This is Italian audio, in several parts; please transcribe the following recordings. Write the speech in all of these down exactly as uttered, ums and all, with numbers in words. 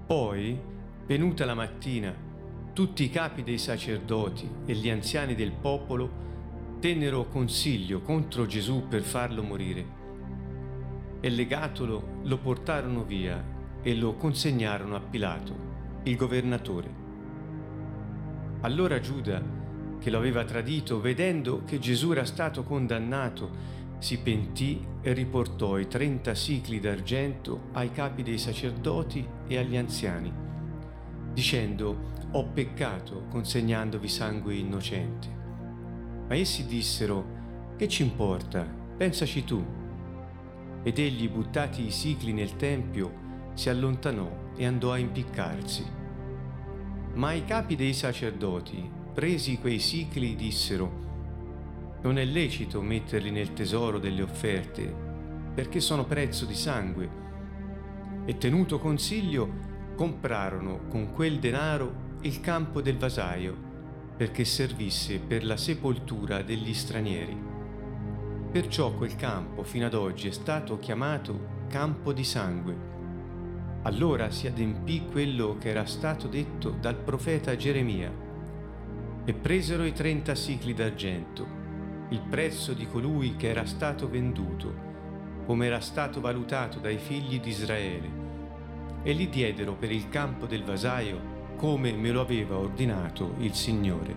Poi, venuta la mattina, tutti i capi dei sacerdoti e gli anziani del popolo tennero consiglio contro Gesù per farlo morire. E legatolo lo portarono via e lo consegnarono a Pilato, il governatore. Allora Giuda, che lo aveva tradito, vedendo che Gesù era stato condannato, si pentì e riportò i trenta sicli d'argento ai capi dei sacerdoti e agli anziani, dicendo: «Ho peccato consegnandovi sangue innocente». Ma essi dissero: «Che ci importa? Pensaci tu». Ed egli, buttati i sicli nel tempio, si allontanò e andò a impiccarsi. Ma i capi dei sacerdoti, presi quei sicli, dissero: «Non è lecito metterli nel tesoro delle offerte, perché sono prezzo di sangue». E tenuto consiglio, comprarono con quel denaro il campo del vasaio, perché servisse per la sepoltura degli stranieri. Perciò quel campo fino ad oggi è stato chiamato campo di sangue. Allora si adempì quello che era stato detto dal profeta Geremia. E presero i trenta sicli d'argento, il prezzo di colui che era stato venduto, come era stato valutato dai figli di Israele, e li diedero per il campo del vasaio, come me lo aveva ordinato il Signore.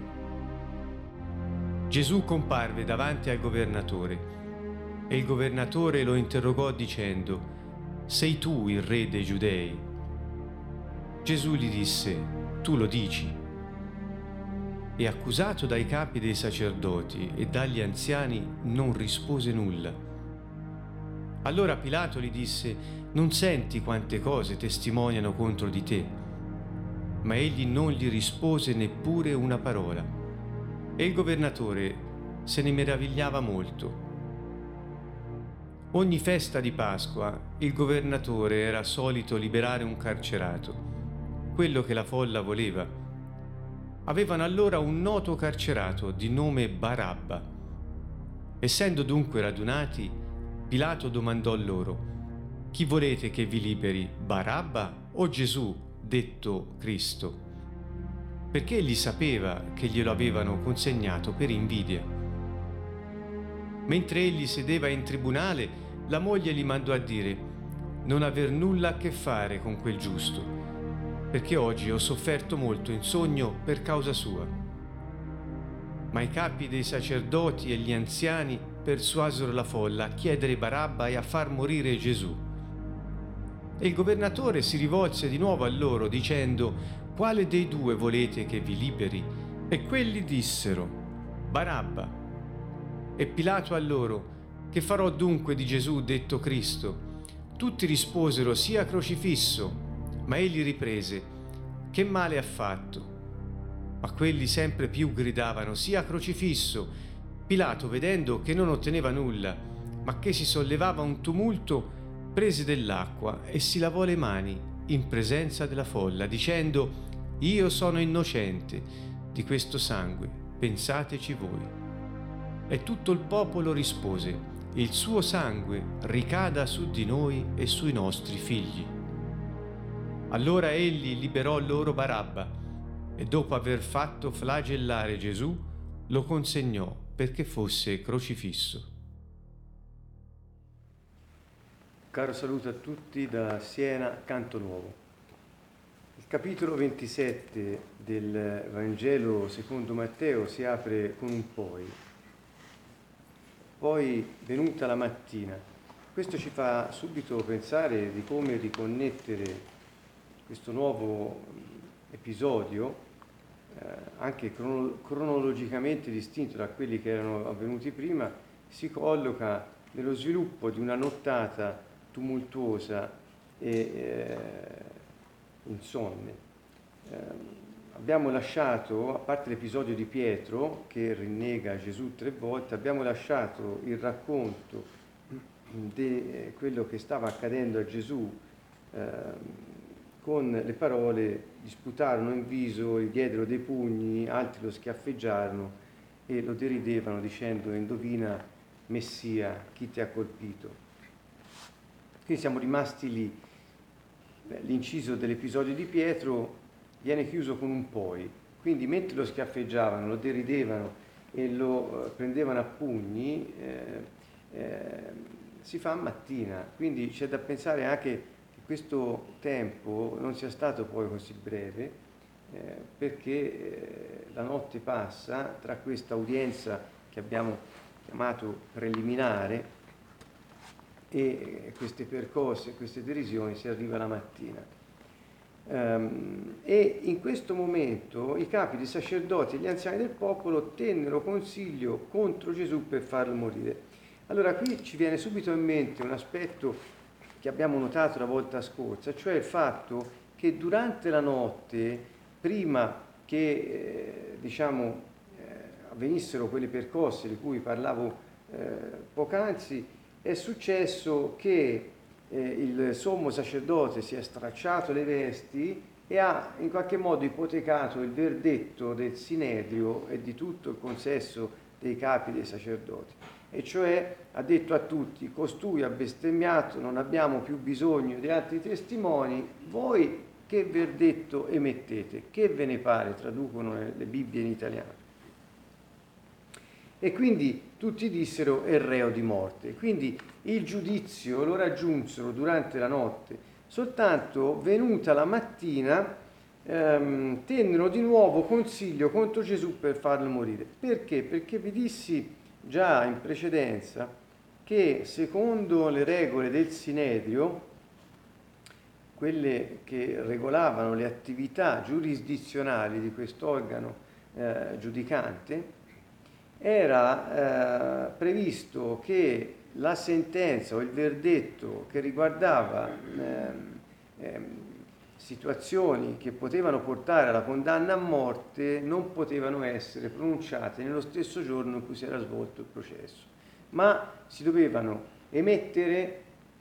Gesù comparve davanti al governatore, e il governatore lo interrogò dicendo: «Sei tu il re dei Giudei?» Gesù gli disse: «Tu lo dici». E accusato dai capi dei sacerdoti e dagli anziani, non rispose nulla. Allora Pilato gli disse: «Non senti quante cose testimoniano contro di te?» Ma egli non gli rispose neppure una parola. E il governatore se ne meravigliava molto. Ogni festa di Pasqua il governatore era solito liberare un carcerato, quello che la folla voleva. Avevano allora un noto carcerato di nome Barabba. Essendo dunque radunati, Pilato domandò loro: «Chi volete che vi liberi, Barabba o Gesù, detto Cristo?» Perché egli sapeva che glielo avevano consegnato per invidia. Mentre egli sedeva in tribunale, la moglie gli mandò a dire: «Non aver nulla a che fare con quel giusto, perché oggi ho sofferto molto in sogno per causa sua». Ma i capi dei sacerdoti e gli anziani persuasero la folla a chiedere Barabba e a far morire Gesù. E il governatore si rivolse di nuovo a loro dicendo: «Quale dei due volete che vi liberi?» E quelli dissero: «Barabba». E Pilato a loro: «Che farò dunque di Gesù, detto Cristo?» Tutti risposero: «Sia crocifisso». Ma egli riprese: «Che male ha fatto?» Ma quelli sempre più gridavano: «Sia crocifisso». Pilato, vedendo che non otteneva nulla, ma che si sollevava un tumulto, prese dell'acqua e si lavò le mani in presenza della folla, dicendo: «Io sono innocente di questo sangue, pensateci voi». E tutto il popolo rispose: «Il suo sangue ricada su di noi e sui nostri figli». Allora egli liberò loro Barabba e, dopo aver fatto flagellare Gesù, lo consegnò perché fosse crocifisso. Caro saluto a tutti da Siena, Canto Nuovo. Il capitolo ventisette del Vangelo secondo Matteo si apre con un poi. Poi, venuta la mattina. Questo ci fa subito pensare di come riconnettere questo nuovo episodio, eh, anche crono- cronologicamente distinto da quelli che erano avvenuti prima, si colloca nello sviluppo di una nottata tumultuosa e eh, insonne. Eh, abbiamo lasciato, a parte l'episodio di Pietro che rinnega Gesù tre volte, abbiamo lasciato il racconto di quello che stava accadendo a Gesù eh, con le parole: gli sputarono in viso, gli diedero dei pugni, altri lo schiaffeggiarono e lo deridevano dicendo: «Indovina, Messia, chi ti ha colpito?» Quindi siamo rimasti lì. l'inciso dell'episodio di Pietro viene chiuso con un poi, quindi mentre lo schiaffeggiavano, lo deridevano e lo eh, prendevano a pugni, eh, eh, si fa mattina, quindi c'è da pensare anche che questo tempo non sia stato poi così breve, eh, perché eh, la notte passa tra questa udienza che abbiamo chiamato preliminare e queste percosse, queste derisioni, si arriva la mattina. Um, e in questo momento i capi dei sacerdoti e gli anziani del popolo tennero consiglio contro Gesù per farlo morire. Allora qui ci viene subito in mente un aspetto che abbiamo notato la volta scorsa, cioè il fatto che durante la notte, prima che eh, diciamo eh, avvenissero quelle percosse di cui parlavo eh, poc'anzi, è successo che eh, il sommo sacerdote si è stracciato le vesti e ha in qualche modo ipotecato il verdetto del Sinedrio e di tutto il consesso dei capi dei sacerdoti, e cioè ha detto a tutti: costui ha bestemmiato, non abbiamo più bisogno di altri testimoni, voi che verdetto emettete? Che ve ne pare? Traducono le Bibbie in italiano. E quindi tutti dissero: è reo di morte. Quindi il giudizio lo raggiunsero durante la notte, soltanto venuta la mattina ehm, tennero di nuovo consiglio contro Gesù per farlo morire. Perché? Perché vi dissi già in precedenza che secondo le regole del Sinedrio, quelle che regolavano le attività giurisdizionali di quest'organo eh, giudicante, era eh, previsto che la sentenza o il verdetto che riguardava ehm, ehm, situazioni che potevano portare alla condanna a morte non potevano essere pronunciate nello stesso giorno in cui si era svolto il processo, ma si dovevano emettere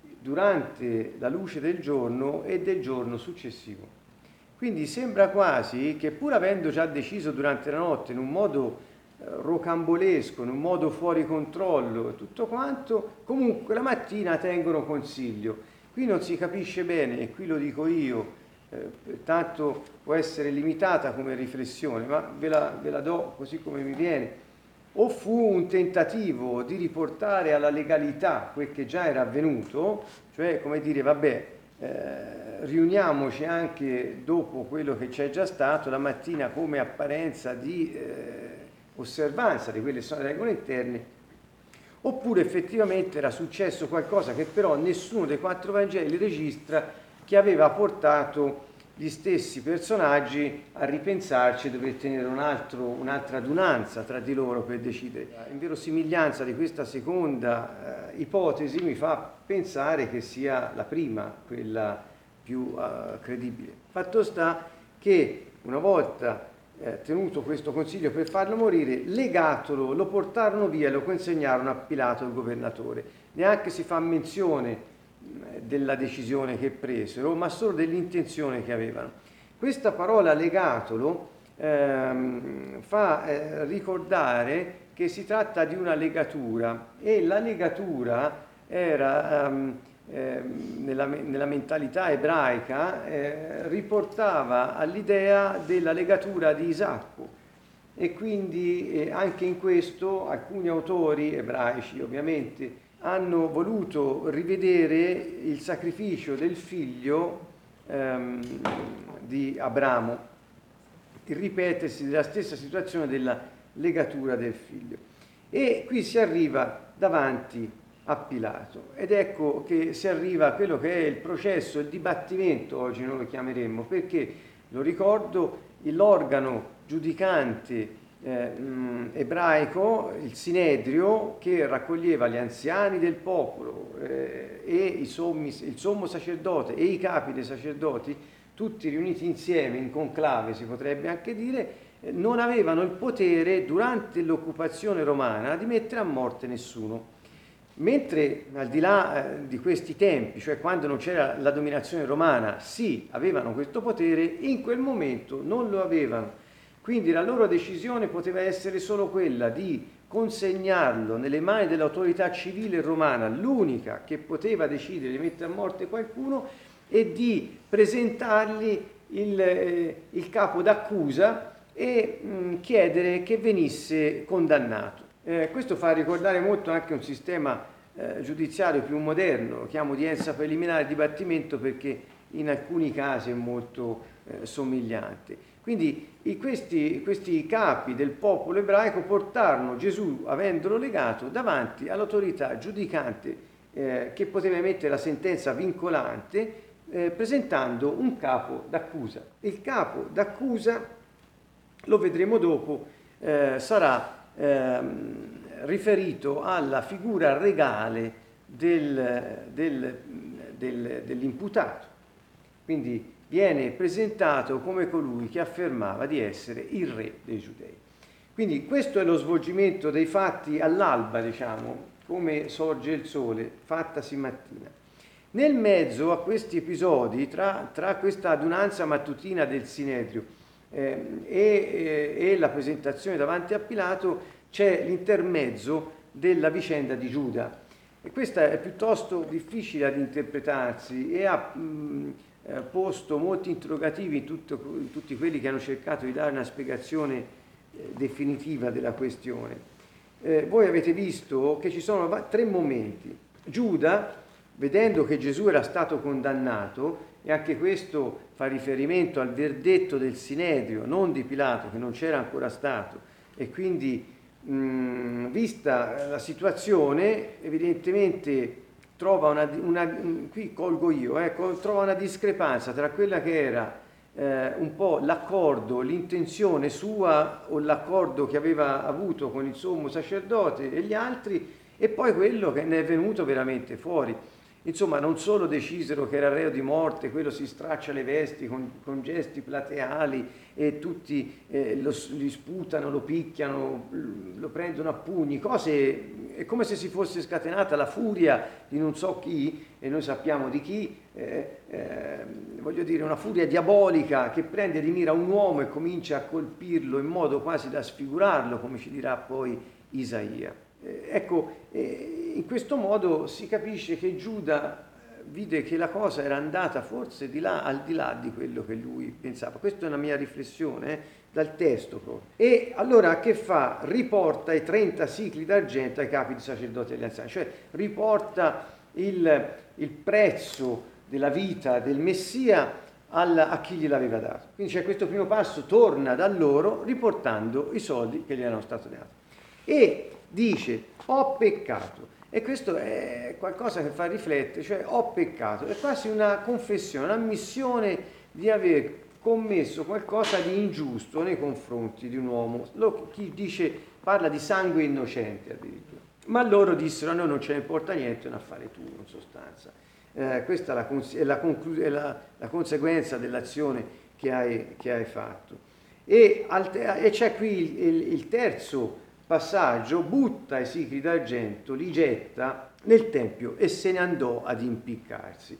durante la luce del giorno e del giorno successivo. Quindi sembra quasi che, pur avendo già deciso durante la notte in un modo rocambolesco, in un modo fuori controllo e tutto quanto, comunque la mattina tengono consiglio. Qui non si capisce bene, e qui lo dico io, eh, tanto può essere limitata come riflessione, ma ve la, ve la do così come mi viene. O fu un tentativo di riportare alla legalità quel che già era avvenuto, cioè come dire, vabbè, eh, riuniamoci anche dopo quello che c'è già stato, la mattina come apparenza di eh, osservanza di quelle sono le regole interne, oppure effettivamente era successo qualcosa che però nessuno dei quattro Vangeli registra, che aveva portato gli stessi personaggi a ripensarci e dover tenere un altro, un'altra adunanza tra di loro per decidere. In verosimiglianza di questa seconda eh, ipotesi mi fa pensare che sia la prima, quella più eh, credibile. Fatto sta che una volta eh, tenuto questo consiglio per farlo morire, legatolo, lo portarono via e lo consegnarono a Pilato il governatore. Neanche si fa menzione della decisione che presero, ma solo dell'intenzione che avevano. Questa parola legatolo ehm, fa eh, ricordare che si tratta di una legatura, e la legatura era ehm, eh, nella, nella mentalità ebraica eh, riportava all'idea della legatura di Isacco, e quindi eh, anche in questo alcuni autori ebraici ovviamente hanno voluto rivedere il sacrificio del figlio ehm, di Abramo, il ripetersi della stessa situazione della legatura del figlio. E qui si arriva davanti a Pilato, ed ecco che si arriva a quello che è il processo, il dibattimento, oggi noi lo chiameremmo, perché, lo ricordo, l'organo giudicante Eh, mh, ebraico, il Sinedrio, che raccoglieva gli anziani del popolo eh, e i sommi, il sommo sacerdote e i capi dei sacerdoti, tutti riuniti insieme in conclave, si potrebbe anche dire, eh, non avevano il potere durante l'occupazione romana di mettere a morte nessuno. Mentre al di là eh, di questi tempi, cioè quando non c'era la dominazione romana, sì, avevano questo potere, in quel momento non lo avevano. Quindi la loro decisione poteva essere solo quella di consegnarlo nelle mani dell'autorità civile romana, l'unica che poteva decidere di mettere a morte qualcuno, e di presentargli il, eh, il capo d'accusa e mh, chiedere che venisse condannato. Eh, questo fa ricordare molto anche un sistema eh, giudiziario più moderno, lo chiamo udienza preliminare dibattimento perché in alcuni casi è molto eh, somigliante. Quindi i, questi, questi capi del popolo ebraico portarono Gesù, avendolo legato, davanti all'autorità giudicante eh, che poteva emettere la sentenza vincolante, eh, presentando un capo d'accusa. Il capo d'accusa, lo vedremo dopo, eh, sarà ehm, riferito alla figura regale del, del, del, dell'imputato. Quindi viene presentato come colui che affermava di essere il re dei Giudei. Quindi questo è lo svolgimento dei fatti all'alba, diciamo, come sorge il sole, fattasi mattina. Nel mezzo a questi episodi, tra, tra questa adunanza mattutina del Sinedrio eh, e, e, e la presentazione davanti a Pilato, c'è l'intermezzo della vicenda di Giuda. E questa è piuttosto difficile ad interpretarsi e ha mh, eh, posto molti interrogativi in, tutto, in tutti quelli che hanno cercato di dare una spiegazione eh, definitiva della questione. Eh, voi avete visto che ci sono tre momenti. Giuda, vedendo che Gesù era stato condannato, e anche questo fa riferimento al verdetto del Sinedrio, non di Pilato, che non c'era ancora stato, e quindi mh, vista la situazione, evidentemente trova una, una qui colgo io, ecco, trova una discrepanza tra quella che era eh, un po' l'accordo, l'intenzione sua o l'accordo che aveva avuto con il sommo sacerdote e gli altri, e poi quello che ne è venuto veramente fuori. Insomma, non solo decisero che era reo di morte, quello si straccia le vesti con, con gesti plateali e tutti eh, lo, gli sputano, lo picchiano, lo prendono a pugni, cose, è come se si fosse scatenata la furia di non so chi, e noi sappiamo di chi, eh, eh, voglio dire, una furia diabolica che prende di mira un uomo e comincia a colpirlo in modo quasi da sfigurarlo, come ci dirà poi Isaia. Eh, ecco, eh, in questo modo si capisce che Giuda vide che la cosa era andata forse di là, al di là di quello che lui pensava. Questa è una mia riflessione eh, dal testo proprio. E allora che fa? Riporta i trenta sicli d'argento ai capi di sacerdoti e agli anziani, cioè riporta il, il prezzo della vita del Messia al, a chi gliel'aveva dato. Quindi c'è questo primo passo, torna da loro riportando i soldi che gli erano stati dati. E dice, ho peccato. E questo è qualcosa che fa riflettere, cioè ho peccato. È quasi una confessione, un'ammissione di aver commesso qualcosa di ingiusto nei confronti di un uomo. Lo, chi dice, parla di sangue innocente addirittura. Ma loro dissero, a noi non ce ne importa niente, è un affare tuo, in sostanza. Eh, questa è, la, è, la, conclu- è la, la conseguenza dell'azione che hai, che hai fatto. E, al, e c'è qui il, il, il terzo passaggio, butta i sicli d'argento, li getta nel tempio e se ne andò ad impiccarsi.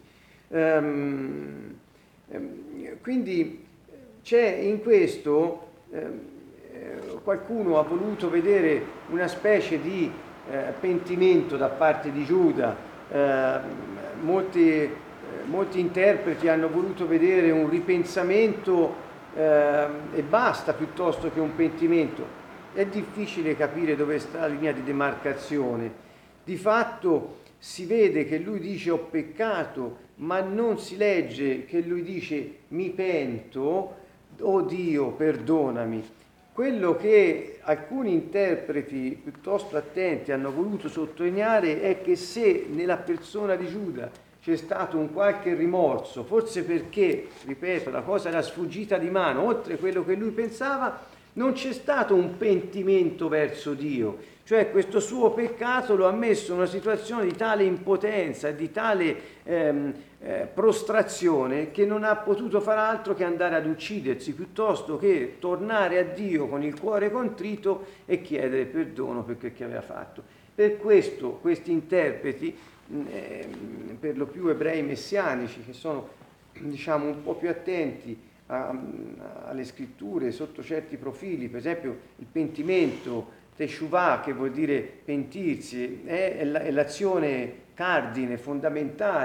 Um, um, quindi c'è in questo, um, qualcuno ha voluto vedere una specie di uh, pentimento da parte di Giuda, uh, molti, uh, molti interpreti hanno voluto vedere un ripensamento uh, e basta piuttosto che un pentimento. È difficile capire dove sta la linea di demarcazione. Di fatto si vede che lui dice ho peccato, ma non si legge che lui dice mi pento, oh Dio perdonami. Quello che alcuni interpreti piuttosto attenti hanno voluto sottolineare è che se nella persona di Giuda c'è stato un qualche rimorso, forse perché, ripeto, la cosa era sfuggita di mano, oltre quello che lui pensava, non c'è stato un pentimento verso Dio, cioè questo suo peccato lo ha messo in una situazione di tale impotenza, di tale ehm, eh, prostrazione che non ha potuto far altro che andare ad uccidersi, piuttosto che tornare a Dio con il cuore contrito e chiedere perdono per quel che aveva fatto. Per questo questi interpreti, eh, per lo più ebrei messianici, che sono diciamo un po' più attenti alle scritture sotto certi profili, per esempio il pentimento, teshuvah, che vuol dire pentirsi, è, è l'azione cardine, fondamentale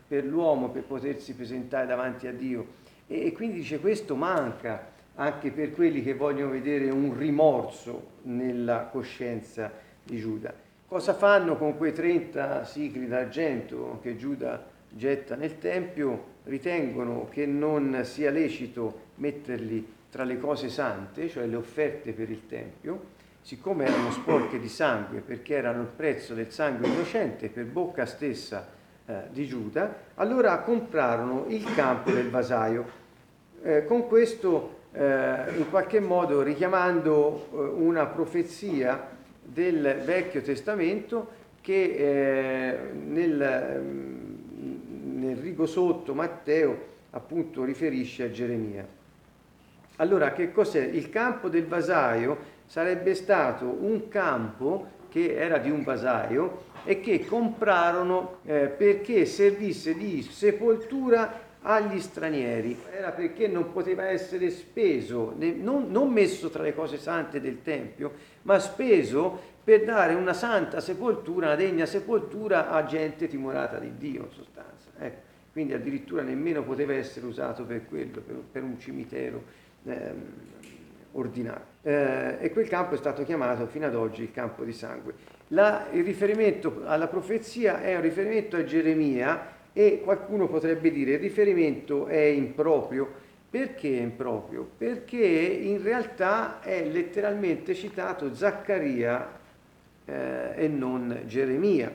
per l'uomo per potersi presentare davanti a Dio. E, e quindi dice questo manca anche per quelli che vogliono vedere un rimorso nella coscienza di Giuda. Cosa fanno con quei trenta sicli d'argento che Giuda getta nel Tempio? Ritengono che non sia lecito metterli tra le cose sante, cioè le offerte per il Tempio, siccome erano sporche di sangue, perché erano il prezzo del sangue innocente per bocca stessa eh, di Giuda, allora comprarono il campo del vasaio. Eh, con questo, eh, in qualche modo, richiamando eh, una profezia del Vecchio Testamento che eh, nel, nel rigo sotto Matteo appunto riferisce a Geremia. Allora, che cos'è? Il campo del vasaio sarebbe stato un campo che era di un vasaio e che comprarono eh, perché servisse di sepoltura agli stranieri. Era perché non poteva essere speso, non, non messo tra le cose sante del Tempio, ma speso per dare una santa sepoltura, una degna sepoltura a gente timorata di Dio, in sostanza. Ecco. Quindi addirittura nemmeno poteva essere usato per quello, per, per un cimitero ehm, ordinario. Eh, e quel campo è stato chiamato fino ad oggi il campo di sangue. La, il riferimento alla profezia è un riferimento a Geremia, e qualcuno potrebbe dire il riferimento è improprio. Perché è improprio? Perché in realtà è letteralmente citato Zaccaria eh, e non Geremia.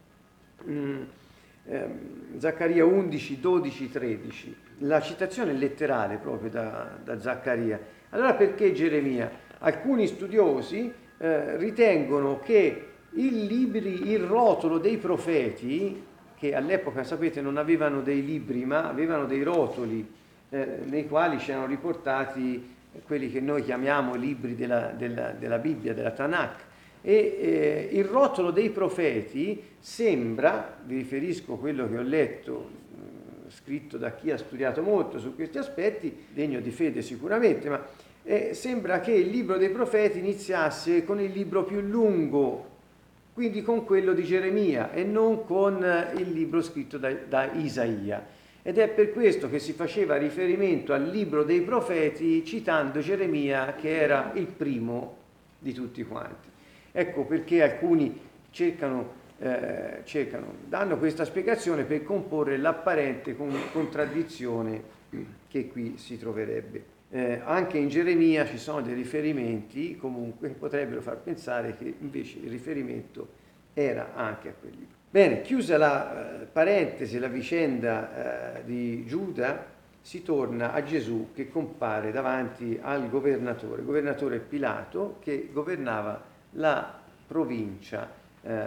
Mm, eh, Zaccaria undici, dodici, tredici. La citazione è letterale proprio da, da Zaccaria. Allora perché Geremia? Alcuni studiosi eh, ritengono che il, libri, il rotolo dei profeti, che all'epoca, sapete, non avevano dei libri, ma avevano dei rotoli eh, nei quali c'erano riportati quelli che noi chiamiamo libri della, della, della Bibbia, della Tanakh. E eh, il rotolo dei profeti sembra, vi riferisco quello che ho letto, eh, scritto da chi ha studiato molto su questi aspetti, degno di fede sicuramente, ma eh, sembra che il libro dei profeti iniziasse con il libro più lungo, quindi con quello di Geremia e non con il libro scritto da, da Isaia. Ed è per questo che si faceva riferimento al libro dei profeti citando Geremia, che era il primo di tutti quanti. Ecco perché alcuni cercano, eh, cercano danno questa spiegazione per comporre l'apparente con- contraddizione che qui si troverebbe. Eh, anche in Geremia ci sono dei riferimenti comunque che potrebbero far pensare che invece il riferimento era anche a quel libro. Bene, chiusa la eh, parentesi, la vicenda eh, di Giuda, si torna a Gesù che compare davanti al governatore, governatore Pilato, che governava la provincia eh,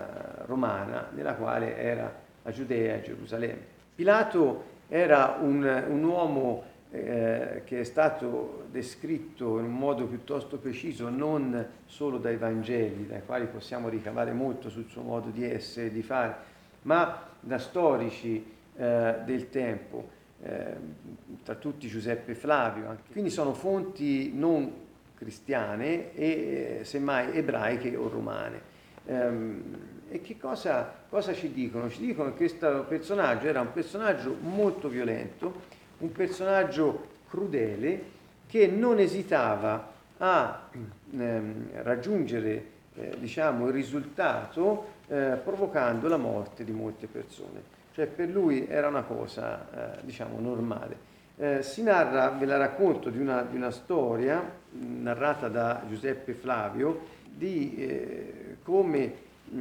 romana nella quale era la Giudea e Gerusalemme. Pilato era un, un uomo Eh, che è stato descritto in un modo piuttosto preciso non solo dai Vangeli, dai quali possiamo ricavare molto sul suo modo di essere e di fare, ma da storici eh, del tempo, eh, tra tutti Giuseppe Flavio. Anche. Quindi sono fonti non cristiane e eh, semmai ebraiche o romane. Ehm, e che cosa, cosa ci dicono? Ci dicono che questo personaggio era un personaggio molto violento, un personaggio crudele che non esitava a ehm, raggiungere eh, diciamo, il risultato eh, provocando la morte di molte persone. Cioè per lui era una cosa eh, diciamo normale. Eh, si narra, ve la racconto, di una, di una storia mh, narrata da Giuseppe Flavio di eh, come mh,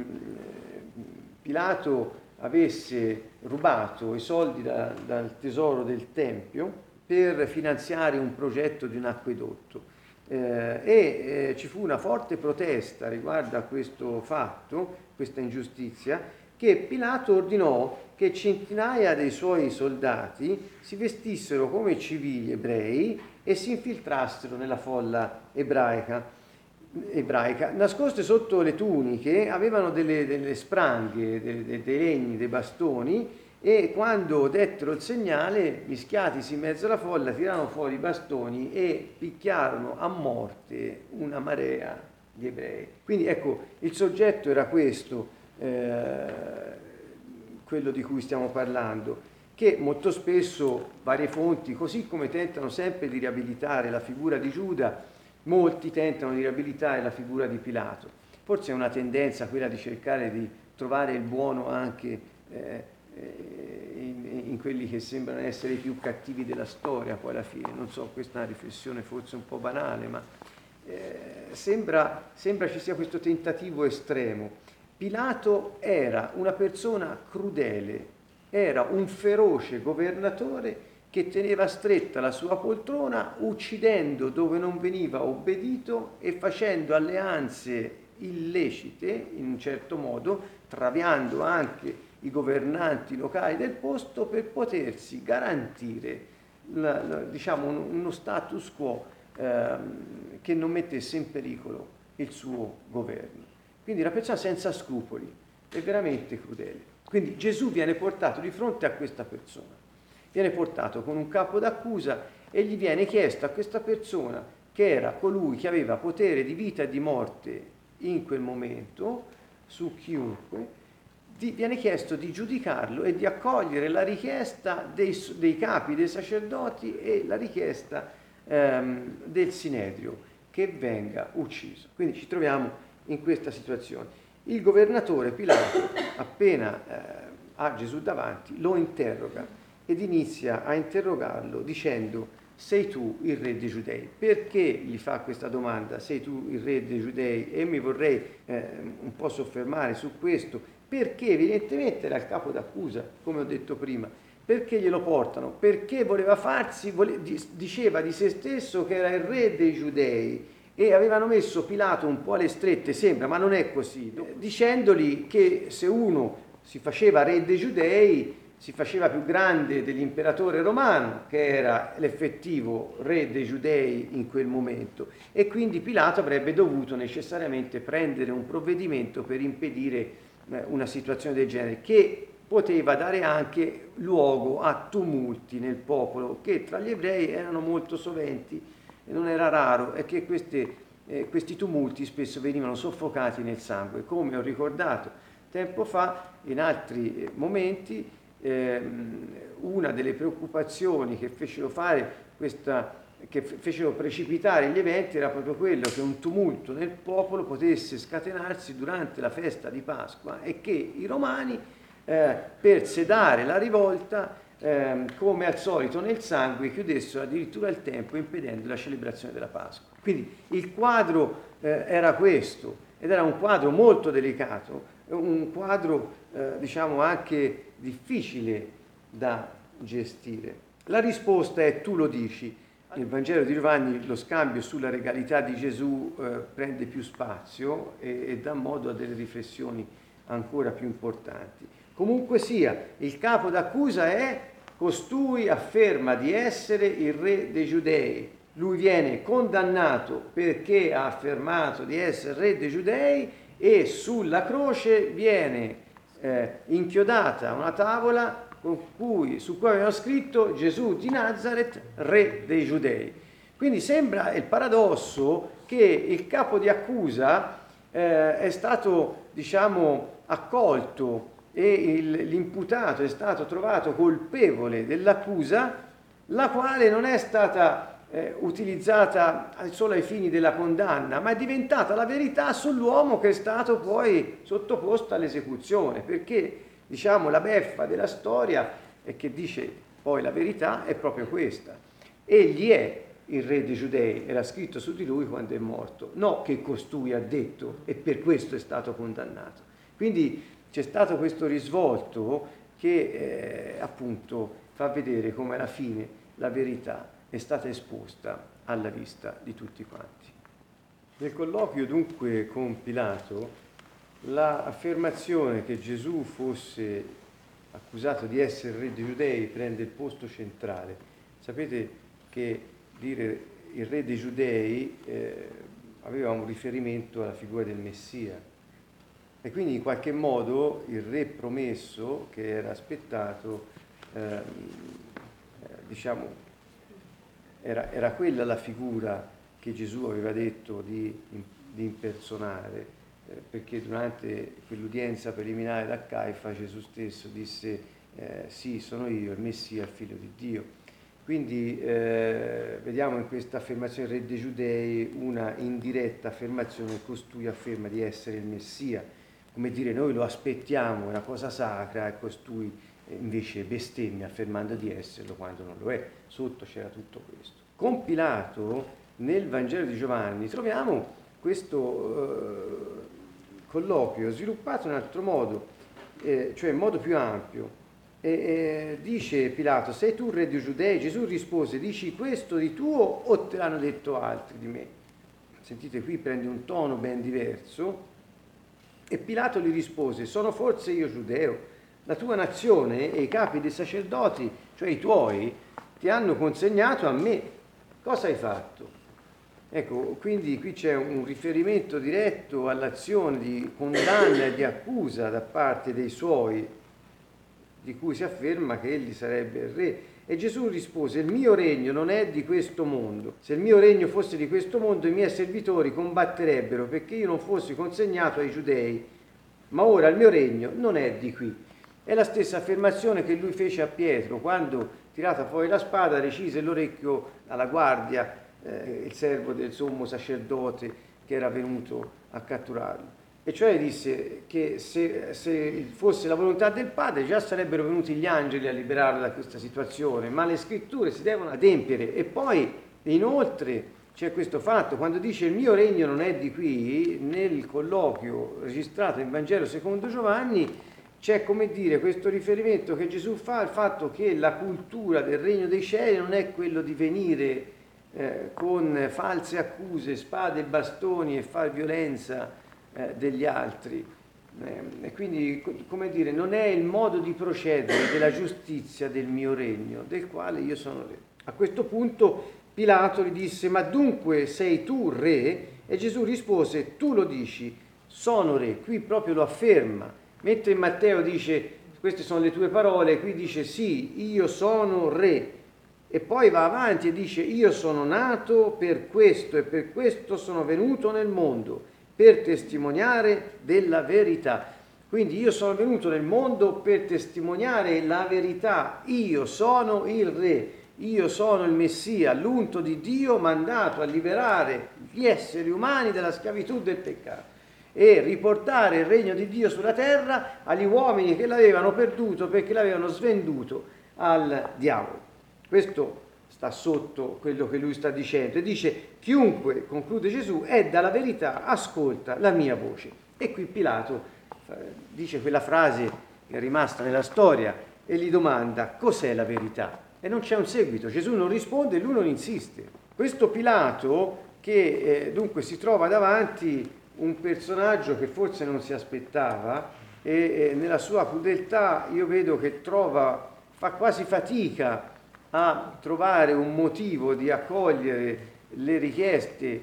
Pilato avesse rubato i soldi da, dal tesoro del Tempio per finanziare un progetto di un acquedotto eh, e eh, ci fu una forte protesta riguardo a questo fatto, questa ingiustizia, che Pilato ordinò che centinaia dei suoi soldati si vestissero come civili ebrei e si infiltrassero nella folla ebraica. ebraica, nascoste sotto le tuniche avevano delle, delle spranghe, dei, dei legni, dei bastoni, e quando dettero il segnale, mischiatisi in mezzo alla folla, tirarono fuori i bastoni e picchiarono a morte una marea di ebrei. Quindi ecco, il soggetto era questo, eh, quello di cui stiamo parlando, che molto spesso varie fonti, così come tentano sempre di riabilitare la figura di Giuda, molti tentano di riabilitare la figura di Pilato. Forse è una tendenza quella di cercare di trovare il buono anche eh, in, in quelli che sembrano essere i più cattivi della storia, poi alla fine. Non so, questa è una riflessione forse un po' banale, ma eh, sembra, sembra ci sia questo tentativo estremo. Pilato era una persona crudele, era un feroce governatore che teneva stretta la sua poltrona, uccidendo dove non veniva obbedito e facendo alleanze illecite, in un certo modo, traviando anche i governanti locali del posto per potersi garantire la, la, diciamo, uno status quo ehm, che non mettesse in pericolo il suo governo. Quindi una persona senza scrupoli e veramente crudele. Quindi Gesù viene portato di fronte a questa persona, viene portato con un capo d'accusa e gli viene chiesto a questa persona, che era colui che aveva potere di vita e di morte in quel momento su chiunque, di, viene chiesto di giudicarlo e di accogliere la richiesta dei, dei capi dei sacerdoti e la richiesta ehm, del Sinedrio che venga ucciso. Quindi ci troviamo in questa situazione. Il governatore Pilato, appena eh, ha Gesù davanti, lo interroga ed inizia a interrogarlo dicendo: sei tu il re dei Giudei? Perché gli fa questa domanda, sei tu il re dei Giudei? E mi vorrei eh, un po' soffermare su questo, perché evidentemente era il capo d'accusa, come ho detto prima. Perché glielo portano? Perché voleva farsi, vole, diceva di se stesso che era il re dei Giudei, e avevano messo Pilato un po' alle strette, sembra, ma non è così, dicendogli che se uno si faceva re dei Giudei si faceva più grande dell'imperatore romano, che era l'effettivo re dei Giudei in quel momento, e quindi Pilato avrebbe dovuto necessariamente prendere un provvedimento per impedire una situazione del genere, che poteva dare anche luogo a tumulti nel popolo, che tra gli ebrei erano molto soventi. E non era raro è che queste, eh, questi tumulti spesso venivano soffocati nel sangue, come ho ricordato tempo fa in altri eh, momenti. ehm, una delle preoccupazioni che fecero fare questa, che fecero precipitare gli eventi era proprio quello che un tumulto nel popolo potesse scatenarsi durante la festa di Pasqua e che i romani eh, per sedare la rivolta, Eh, come al solito nel sangue, chiudessero addirittura il tempo impedendo la celebrazione della Pasqua. Quindi il quadro eh, era questo, ed era un quadro molto delicato, un quadro eh, diciamo anche difficile da gestire. La risposta è: tu lo dici. Nel Vangelo di Giovanni lo scambio sulla regalità di Gesù eh, prende più spazio e, e dà modo a delle riflessioni ancora più importanti. Comunque sia, il capo d'accusa è: costui afferma di essere il re dei Giudei. Lui viene condannato perché ha affermato di essere il re dei Giudei e sulla croce viene eh, inchiodata una tavola con cui, su cui avevano scritto Gesù di Nazaret, re dei Giudei. Quindi sembra il paradosso che il capo di accusa eh, è stato, diciamo, accolto e il, l'imputato è stato trovato colpevole dell'accusa, la quale non è stata eh, utilizzata solo ai fini della condanna, ma è diventata la verità sull'uomo che è stato poi sottoposto all'esecuzione, perché, diciamo, la beffa della storia è che dice poi la verità è proprio questa. Egli è il re dei Giudei, era scritto su di lui quando è morto, no che costui ha detto e per questo è stato condannato. Quindi c'è stato questo risvolto che eh, appunto fa vedere come alla fine la verità è stata esposta alla vista di tutti quanti. Nel colloquio dunque con Pilato, l'affermazione che Gesù fosse accusato di essere re dei Giudei prende il posto centrale. Sapete che dire il re dei Giudei eh, aveva un riferimento alla figura del Messia. E quindi in qualche modo il re promesso che era aspettato, eh, diciamo, era, era quella la figura che Gesù aveva detto di, di impersonare eh, perché durante quell'udienza preliminare da Caifa Gesù stesso disse eh, sì, sono io, il Messia, il figlio di Dio. Quindi eh, vediamo in questa affermazione Re dei Giudei una indiretta affermazione: costui afferma di essere il Messia, come dire noi lo aspettiamo, è una cosa sacra, e costui invece bestemmia affermando di esserlo quando non lo è. Sotto c'era tutto questo. Con Pilato nel Vangelo di Giovanni troviamo questo eh, colloquio sviluppato in un altro modo, eh, cioè in modo più ampio. E, e dice Pilato: sei tu re dei Giudei? Gesù rispose: dici questo di tuo o te l'hanno detto altri di me? Sentite, qui prende un tono ben diverso. E Pilato gli rispose: sono forse io giudeo? La tua nazione e i capi dei sacerdoti, cioè i tuoi, ti hanno consegnato a me. Cosa hai fatto? Ecco, quindi qui c'è un riferimento diretto all'azione di condanna e di accusa da parte dei suoi, di cui si afferma che egli sarebbe il re. E Gesù rispose: il mio regno non è di questo mondo. Se il mio regno fosse di questo mondo, i miei servitori combatterebbero perché io non fossi consegnato ai giudei, ma ora il mio regno non è di qui. È la stessa affermazione che lui fece a Pietro quando, tirata fuori la spada, recise l'orecchio alla guardia, eh, il servo del sommo sacerdote che era venuto a catturarlo. E cioè disse che se, se fosse la volontà del Padre già sarebbero venuti gli angeli a liberarlo da questa situazione, ma le scritture si devono adempiere. E poi inoltre c'è questo fatto, quando dice il mio regno non è di qui, nel colloquio registrato in Vangelo secondo Giovanni c'è, come dire, questo riferimento che Gesù fa al fatto che la cultura del regno dei cieli non è quello di venire eh, con false accuse, spade e bastoni e far violenza degli altri, e quindi, come dire, non è il modo di procedere della giustizia del mio regno, del quale io sono re. A questo punto Pilato gli disse: ma dunque sei tu re? E Gesù rispose: tu lo dici, sono re. Qui proprio lo afferma, mentre in Matteo dice queste sono le tue parole, qui dice sì, io sono re, e poi va avanti e dice io sono nato per questo e per questo sono venuto nel mondo, per testimoniare della verità. Quindi io sono venuto nel mondo per testimoniare la verità. Io sono il re, io sono il Messia, l'unto di Dio mandato a liberare gli esseri umani dalla schiavitù del peccato e riportare il regno di Dio sulla terra agli uomini che l'avevano perduto perché l'avevano svenduto al diavolo. Questo sta sotto quello che lui sta dicendo e dice: chiunque, conclude Gesù, è dalla verità, ascolta la mia voce. E qui Pilato eh, dice quella frase che è rimasta nella storia e gli domanda: cos'è la verità? E non c'è un seguito, Gesù non risponde e lui non insiste. Questo Pilato che eh, dunque si trova davanti un personaggio che forse non si aspettava e eh, nella sua crudeltà io vedo che trova, fa quasi fatica a trovare un motivo di accogliere le richieste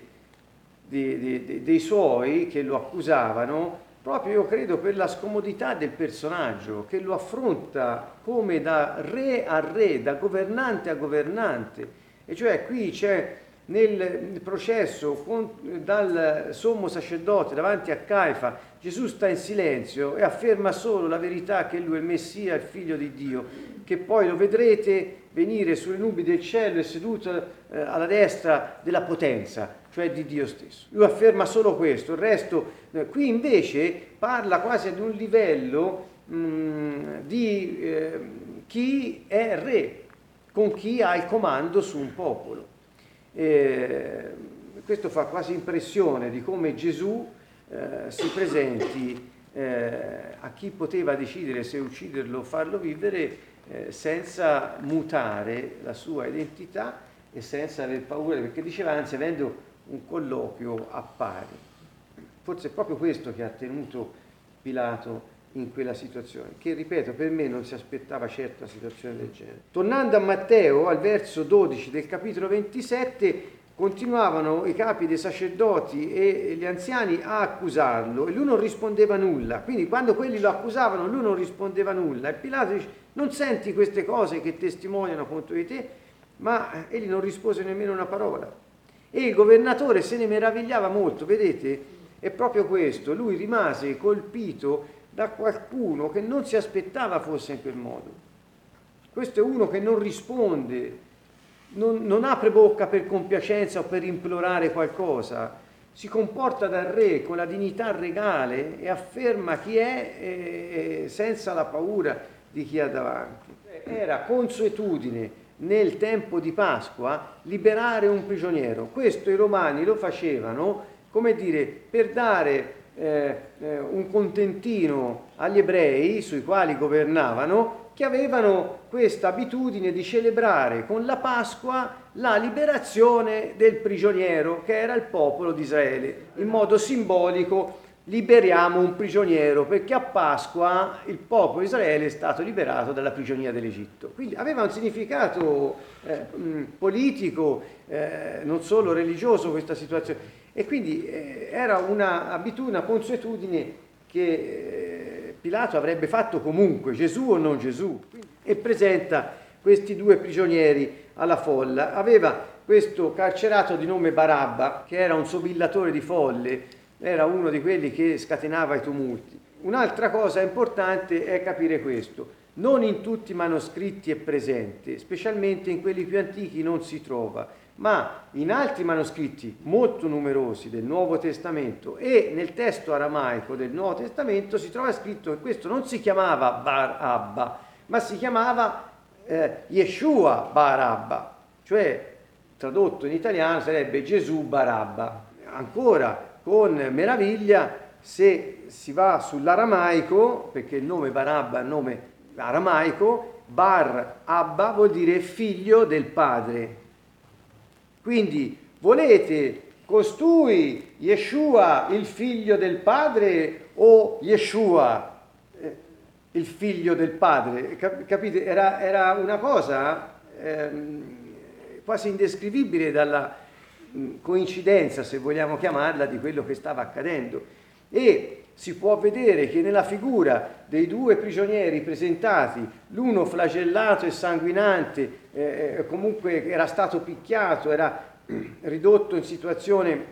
di, di, di, dei suoi che lo accusavano, proprio io credo per la scomodità del personaggio che lo affronta come da re a re, da governante a governante. E cioè qui c'è nel processo con, dal sommo sacerdote davanti a Caifa, Gesù sta in silenzio e afferma solo la verità che lui è il Messia, il figlio di Dio, che poi lo vedrete venire sulle nubi del cielo e seduto eh, alla destra della potenza, cioè di Dio stesso. Lui afferma solo questo, il resto eh, qui invece parla quasi ad un livello mh, di eh, chi è re, con chi ha il comando su un popolo. Eh, questo fa quasi impressione di come Gesù eh, si presenti eh, a chi poteva decidere se ucciderlo o farlo vivere eh, senza mutare la sua identità e senza aver paura, perché diceva anzi avendo un colloquio a pari. Forse è proprio questo che ha tenuto Pilato in quella situazione, che ripeto per me non si aspettava certo una situazione del genere. Tornando a Matteo, al verso dodici del capitolo ventisette, continuavano i capi dei sacerdoti e gli anziani a accusarlo e lui non rispondeva nulla. Quindi quando quelli lo accusavano lui non rispondeva nulla e Pilato dice: non senti queste cose che testimoniano contro di te? Ma egli non rispose nemmeno una parola. E il governatore se ne meravigliava molto. Vedete, è proprio questo, lui rimase colpito da qualcuno che non si aspettava fosse in quel modo. Questo è uno che non risponde, non, non apre bocca per compiacenza o per implorare qualcosa, si comporta da re con la dignità regale e afferma chi è eh, senza la paura di chi ha davanti. Era consuetudine nel tempo di Pasqua liberare un prigioniero. Questo i romani lo facevano, come dire, per dare eh, eh, un contentino agli ebrei sui quali governavano, che avevano questa abitudine di celebrare con la Pasqua la liberazione del prigioniero, che era il popolo di Israele. In modo simbolico liberiamo un prigioniero, perché a Pasqua il popolo di Israele è stato liberato dalla prigionia dell'Egitto. Quindi aveva un significato eh, politico, eh, non solo religioso questa situazione. E quindi eh, era un'abitudine, una consuetudine che eh, Pilato avrebbe fatto comunque, Gesù o non Gesù. E presenta questi due prigionieri alla folla. Aveva questo carcerato di nome Barabba, che era un sobillatore di folle, era uno di quelli che scatenava i tumulti. Un'altra cosa importante è capire questo. Non in tutti i manoscritti è presente, specialmente in quelli più antichi non si trova, ma in altri manoscritti molto numerosi del Nuovo Testamento e nel testo aramaico del Nuovo Testamento si trova scritto che questo non si chiamava Barabba, ma si chiamava eh, Yeshua Barabba, cioè tradotto in italiano sarebbe Gesù Barabba. Ancora, con meraviglia, se si va sull'aramaico, perché il nome Barabba è un nome aramaico, Bar Abba vuol dire figlio del padre. Quindi volete costui Yeshua il figlio del padre o Yeshua eh, il figlio del padre? Capite? Era, era una cosa ehm, quasi indescrivibile dalla coincidenza, se vogliamo chiamarla, di quello che stava accadendo. E si può vedere che nella figura dei due prigionieri presentati, l'uno flagellato e sanguinante, eh, comunque era stato picchiato, era ridotto in situazione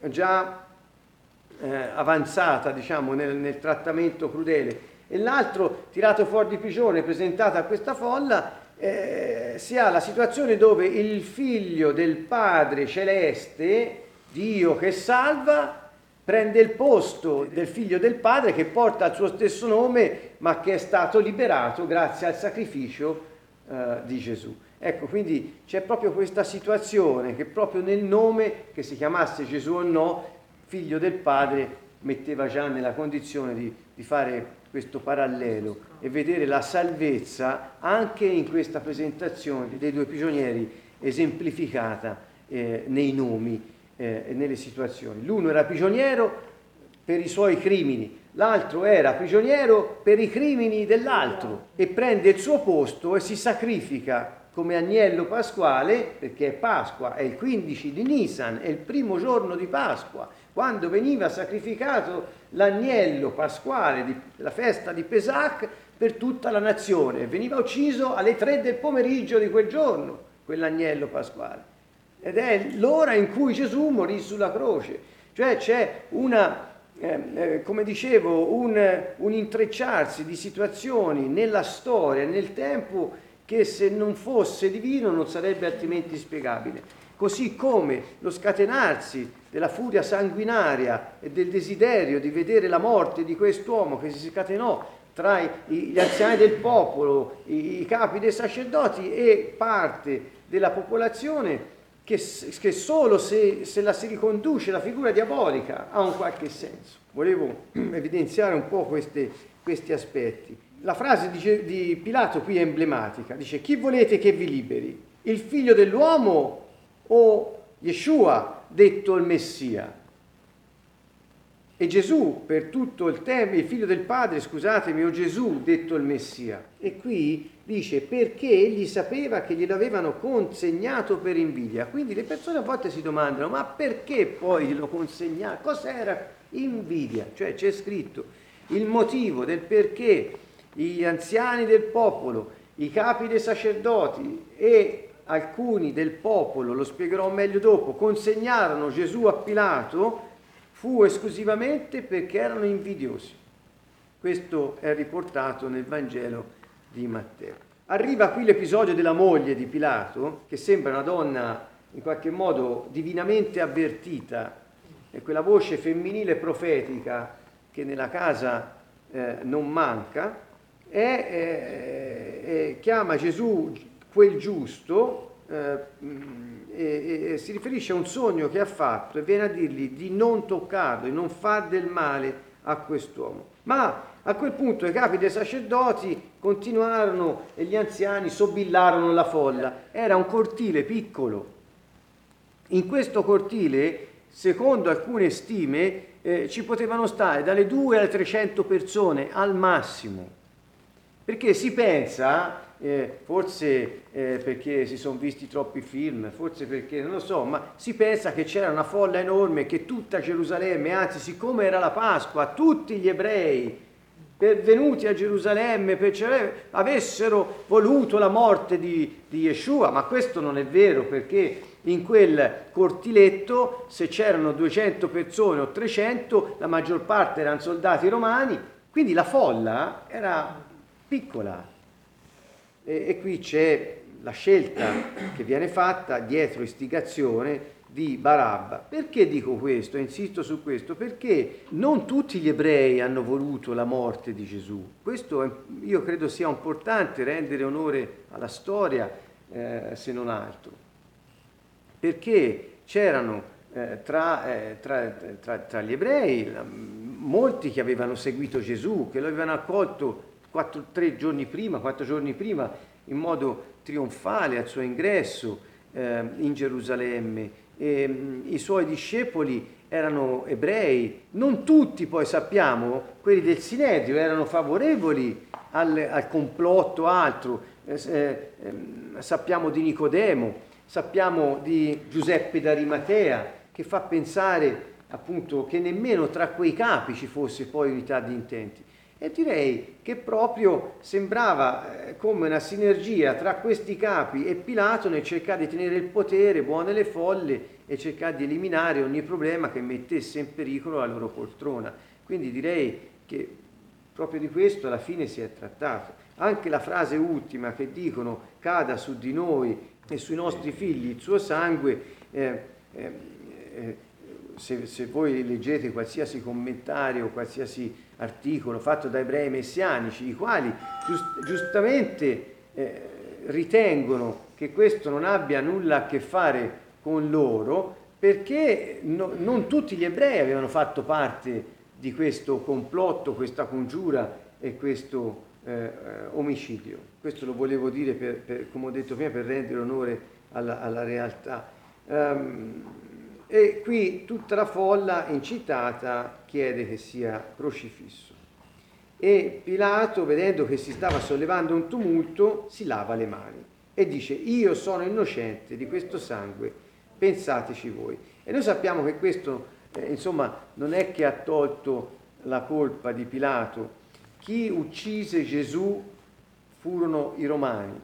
già eh, avanzata, diciamo, nel, nel trattamento crudele, e l'altro tirato fuori di prigione, presentato a questa folla, Eh, si ha la situazione dove il figlio del Padre Celeste, Dio che salva, prende il posto del figlio del Padre che porta il suo stesso nome, ma che è stato liberato grazie al sacrificio eh, di Gesù. Ecco, quindi c'è proprio questa situazione che proprio nel nome, che si chiamasse Gesù o no, figlio del Padre metteva già nella condizione di, di fare questo parallelo e vedere la salvezza anche in questa presentazione dei due prigionieri esemplificata eh, nei nomi eh, e nelle situazioni. L'uno era prigioniero per i suoi crimini, l'altro era prigioniero per i crimini dell'altro e prende il suo posto e si sacrifica come agnello pasquale, perché è Pasqua, è il quindici di Nisan, è il primo giorno di Pasqua, quando veniva sacrificato l'agnello pasquale della festa di Pesach per tutta la nazione. Veniva ucciso alle tre del pomeriggio di quel giorno, quell'agnello pasquale. Ed è l'ora in cui Gesù morì sulla croce. Cioè c'è una, eh, eh, come dicevo, un, un intrecciarsi di situazioni nella storia, nel tempo, che se non fosse divino non sarebbe altrimenti spiegabile. Così come lo scatenarsi della furia sanguinaria e del desiderio di vedere la morte di quest'uomo che si scatenò tra gli anziani del popolo, i capi dei sacerdoti e parte della popolazione, che, che solo se, se la si riconduce la figura diabolica ha un qualche senso. Volevo evidenziare un po' queste, questi aspetti. La frase di, di Pilato qui è emblematica, dice: chi volete che vi liberi? Il figlio dell'uomo o Yeshua, detto il Messia? E Gesù, per tutto il tempo, il figlio del padre, scusatemi, o Gesù, detto il Messia. E qui dice perché egli sapeva che glielo avevano consegnato per invidia. Quindi le persone a volte si domandano: ma perché poi glielo consegnato? Cos'era invidia? Cioè c'è scritto il motivo del perché gli anziani del popolo, i capi dei sacerdoti e alcuni del popolo, lo spiegherò meglio dopo, consegnarono Gesù a Pilato, fu esclusivamente perché erano invidiosi. Questo è riportato nel Vangelo di Matteo. Arriva qui l'episodio della moglie di Pilato, che sembra una donna in qualche modo divinamente avvertita, è quella voce femminile profetica che nella casa eh, non manca, e eh, eh, chiama Gesù quel giusto eh, e, e si riferisce a un sogno che ha fatto e viene a dirgli di non toccarlo, di non far del male a quest'uomo. Ma a quel punto i capi dei sacerdoti continuarono e gli anziani sobillarono la folla. Era un cortile piccolo. In questo cortile, secondo alcune stime, eh, ci potevano stare dalle due alle trecento persone al massimo. Perché si pensa, eh, forse eh, perché si sono visti troppi film, forse perché non lo so, ma si pensa che c'era una folla enorme, che tutta Gerusalemme, anzi siccome era la Pasqua, tutti gli ebrei venuti a Gerusalemme per celebrare, avessero voluto la morte di, di Yeshua, ma questo non è vero, perché in quel cortiletto, se c'erano duecento persone o trecento, la maggior parte erano soldati romani, quindi la folla era piccola. E, e qui c'è la scelta che viene fatta dietro istigazione di Barabba. Perché dico questo? Insisto su questo, perché non tutti gli ebrei hanno voluto la morte di Gesù. Questo è, io credo sia importante rendere onore alla storia, eh, se non altro, perché c'erano eh, tra, eh, tra, tra, tra gli ebrei molti che avevano seguito Gesù, che lo avevano accolto quattro, tre giorni prima, quattro giorni prima, in modo trionfale al suo ingresso eh, in Gerusalemme. E, mh, i suoi discepoli erano ebrei, non tutti poi sappiamo, quelli del Sinedrio erano favorevoli al, al complotto altro, eh, eh, sappiamo di Nicodemo, sappiamo di Giuseppe d'Arimatea, che fa pensare appunto che nemmeno tra quei capi ci fosse poi unità di intenti. E direi che proprio sembrava eh, come una sinergia tra questi capi e Pilato nel cercare di tenere il potere, buone le folle, e cercare di eliminare ogni problema che mettesse in pericolo la loro poltrona. Quindi direi che proprio di questo alla fine si è trattato. Anche la frase ultima che dicono cada su di noi e sui nostri figli il suo sangue, eh, eh, eh, se, se voi leggete qualsiasi commentario, qualsiasi articolo fatto da ebrei messianici, i quali giust- giustamente eh, ritengono che questo non abbia nulla a che fare con loro, perché no, non tutti gli ebrei avevano fatto parte di questo complotto, questa congiura e questo eh, omicidio. Questo lo volevo dire, per, per, come ho detto prima, per rendere onore alla, alla realtà. Um, e qui tutta la folla incitata chiede che sia crocifisso. E Pilato, vedendo che si stava sollevando un tumulto, si lava le mani e dice: io sono innocente di questo sangue, pensateci voi. E noi sappiamo che questo, eh, insomma, non è che ha tolto la colpa di Pilato. Chi uccise Gesù furono i romani,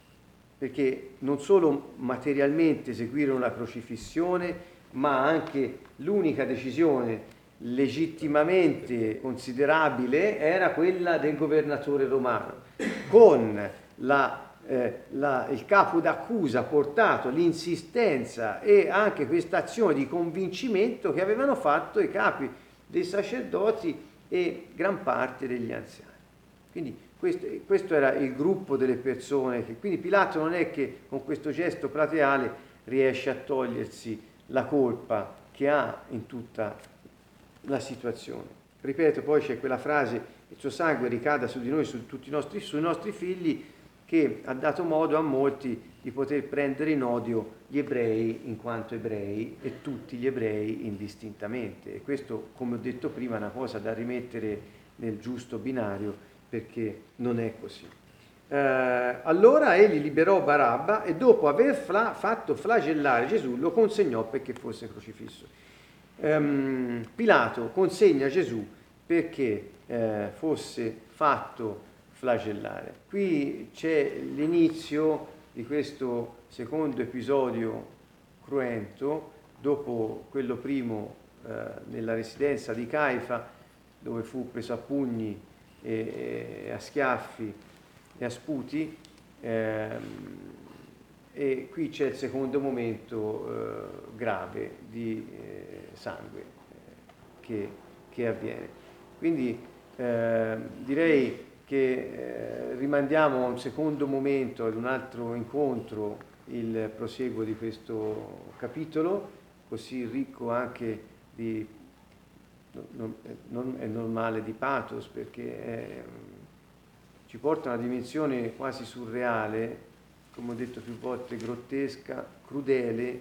perché non solo materialmente eseguirono la crocifissione, ma anche l'unica decisione legittimamente considerabile era quella del governatore romano, con la Eh, la, il capo d'accusa portato, l'insistenza e anche questa azione di convincimento che avevano fatto i capi dei sacerdoti e gran parte degli anziani. Quindi questo, questo era il gruppo delle persone che, quindi Pilato non è che con questo gesto plateale riesce a togliersi la colpa che ha in tutta la situazione. Ripeto, poi c'è quella frase: il suo sangue ricada su di noi, su tutti i nostri, sui nostri figli, che ha dato modo a molti di poter prendere in odio gli ebrei in quanto ebrei e tutti gli ebrei indistintamente. E questo, come ho detto prima, è una cosa da rimettere nel giusto binario, perché non è così. Eh, allora egli liberò Barabba e dopo aver fla- fatto flagellare Gesù lo consegnò perché fosse crocifisso. Ehm, Pilato consegna Gesù perché eh, fosse fatto flagellare. Qui c'è l'inizio di questo secondo episodio cruento, dopo quello primo eh, nella residenza di Caifa, dove fu preso a pugni e, e a schiaffi e a sputi, ehm, e qui c'è il secondo momento eh, grave di eh, sangue eh, che, che avviene. Quindi eh, direi che eh, rimandiamo a un secondo momento, ad un altro incontro, il proseguo di questo capitolo, così ricco anche di, non, non è normale, di pathos, perché è, ci porta a una dimensione quasi surreale, come ho detto più volte, grottesca, crudele,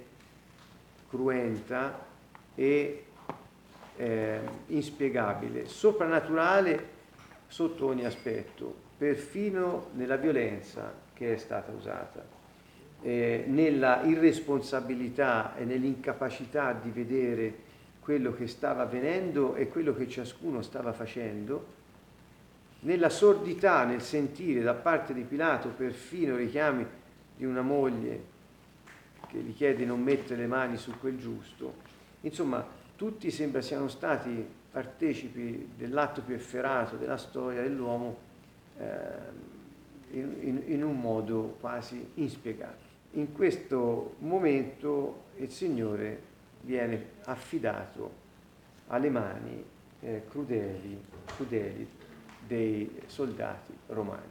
cruenta e eh, inspiegabile, soprannaturale sotto ogni aspetto, perfino nella violenza che è stata usata, eh, nella irresponsabilità e nell'incapacità di vedere quello che stava avvenendo e quello che ciascuno stava facendo, nella sordità nel sentire da parte di Pilato perfino richiami di una moglie che gli chiede di non mettere le mani su quel giusto. Insomma, tutti sembra siano stati partecipi dell'atto più efferato della storia dell'uomo eh, in, in, in un modo quasi inspiegabile. In questo momento il Signore viene affidato alle mani eh, crudeli, crudeli dei soldati romani.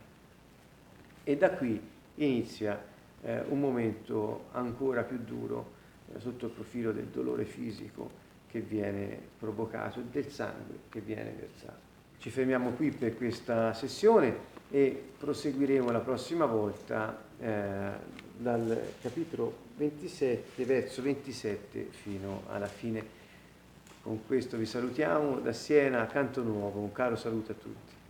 E da qui inizia eh, un momento ancora più duro eh, sotto il profilo del dolore fisico che viene provocato e del sangue che viene versato. Ci fermiamo qui per questa sessione e proseguiremo la prossima volta eh, dal capitolo ventisette, verso ventisette fino alla fine. Con questo vi salutiamo da Siena, Canto Nuovo, un caro saluto a tutti.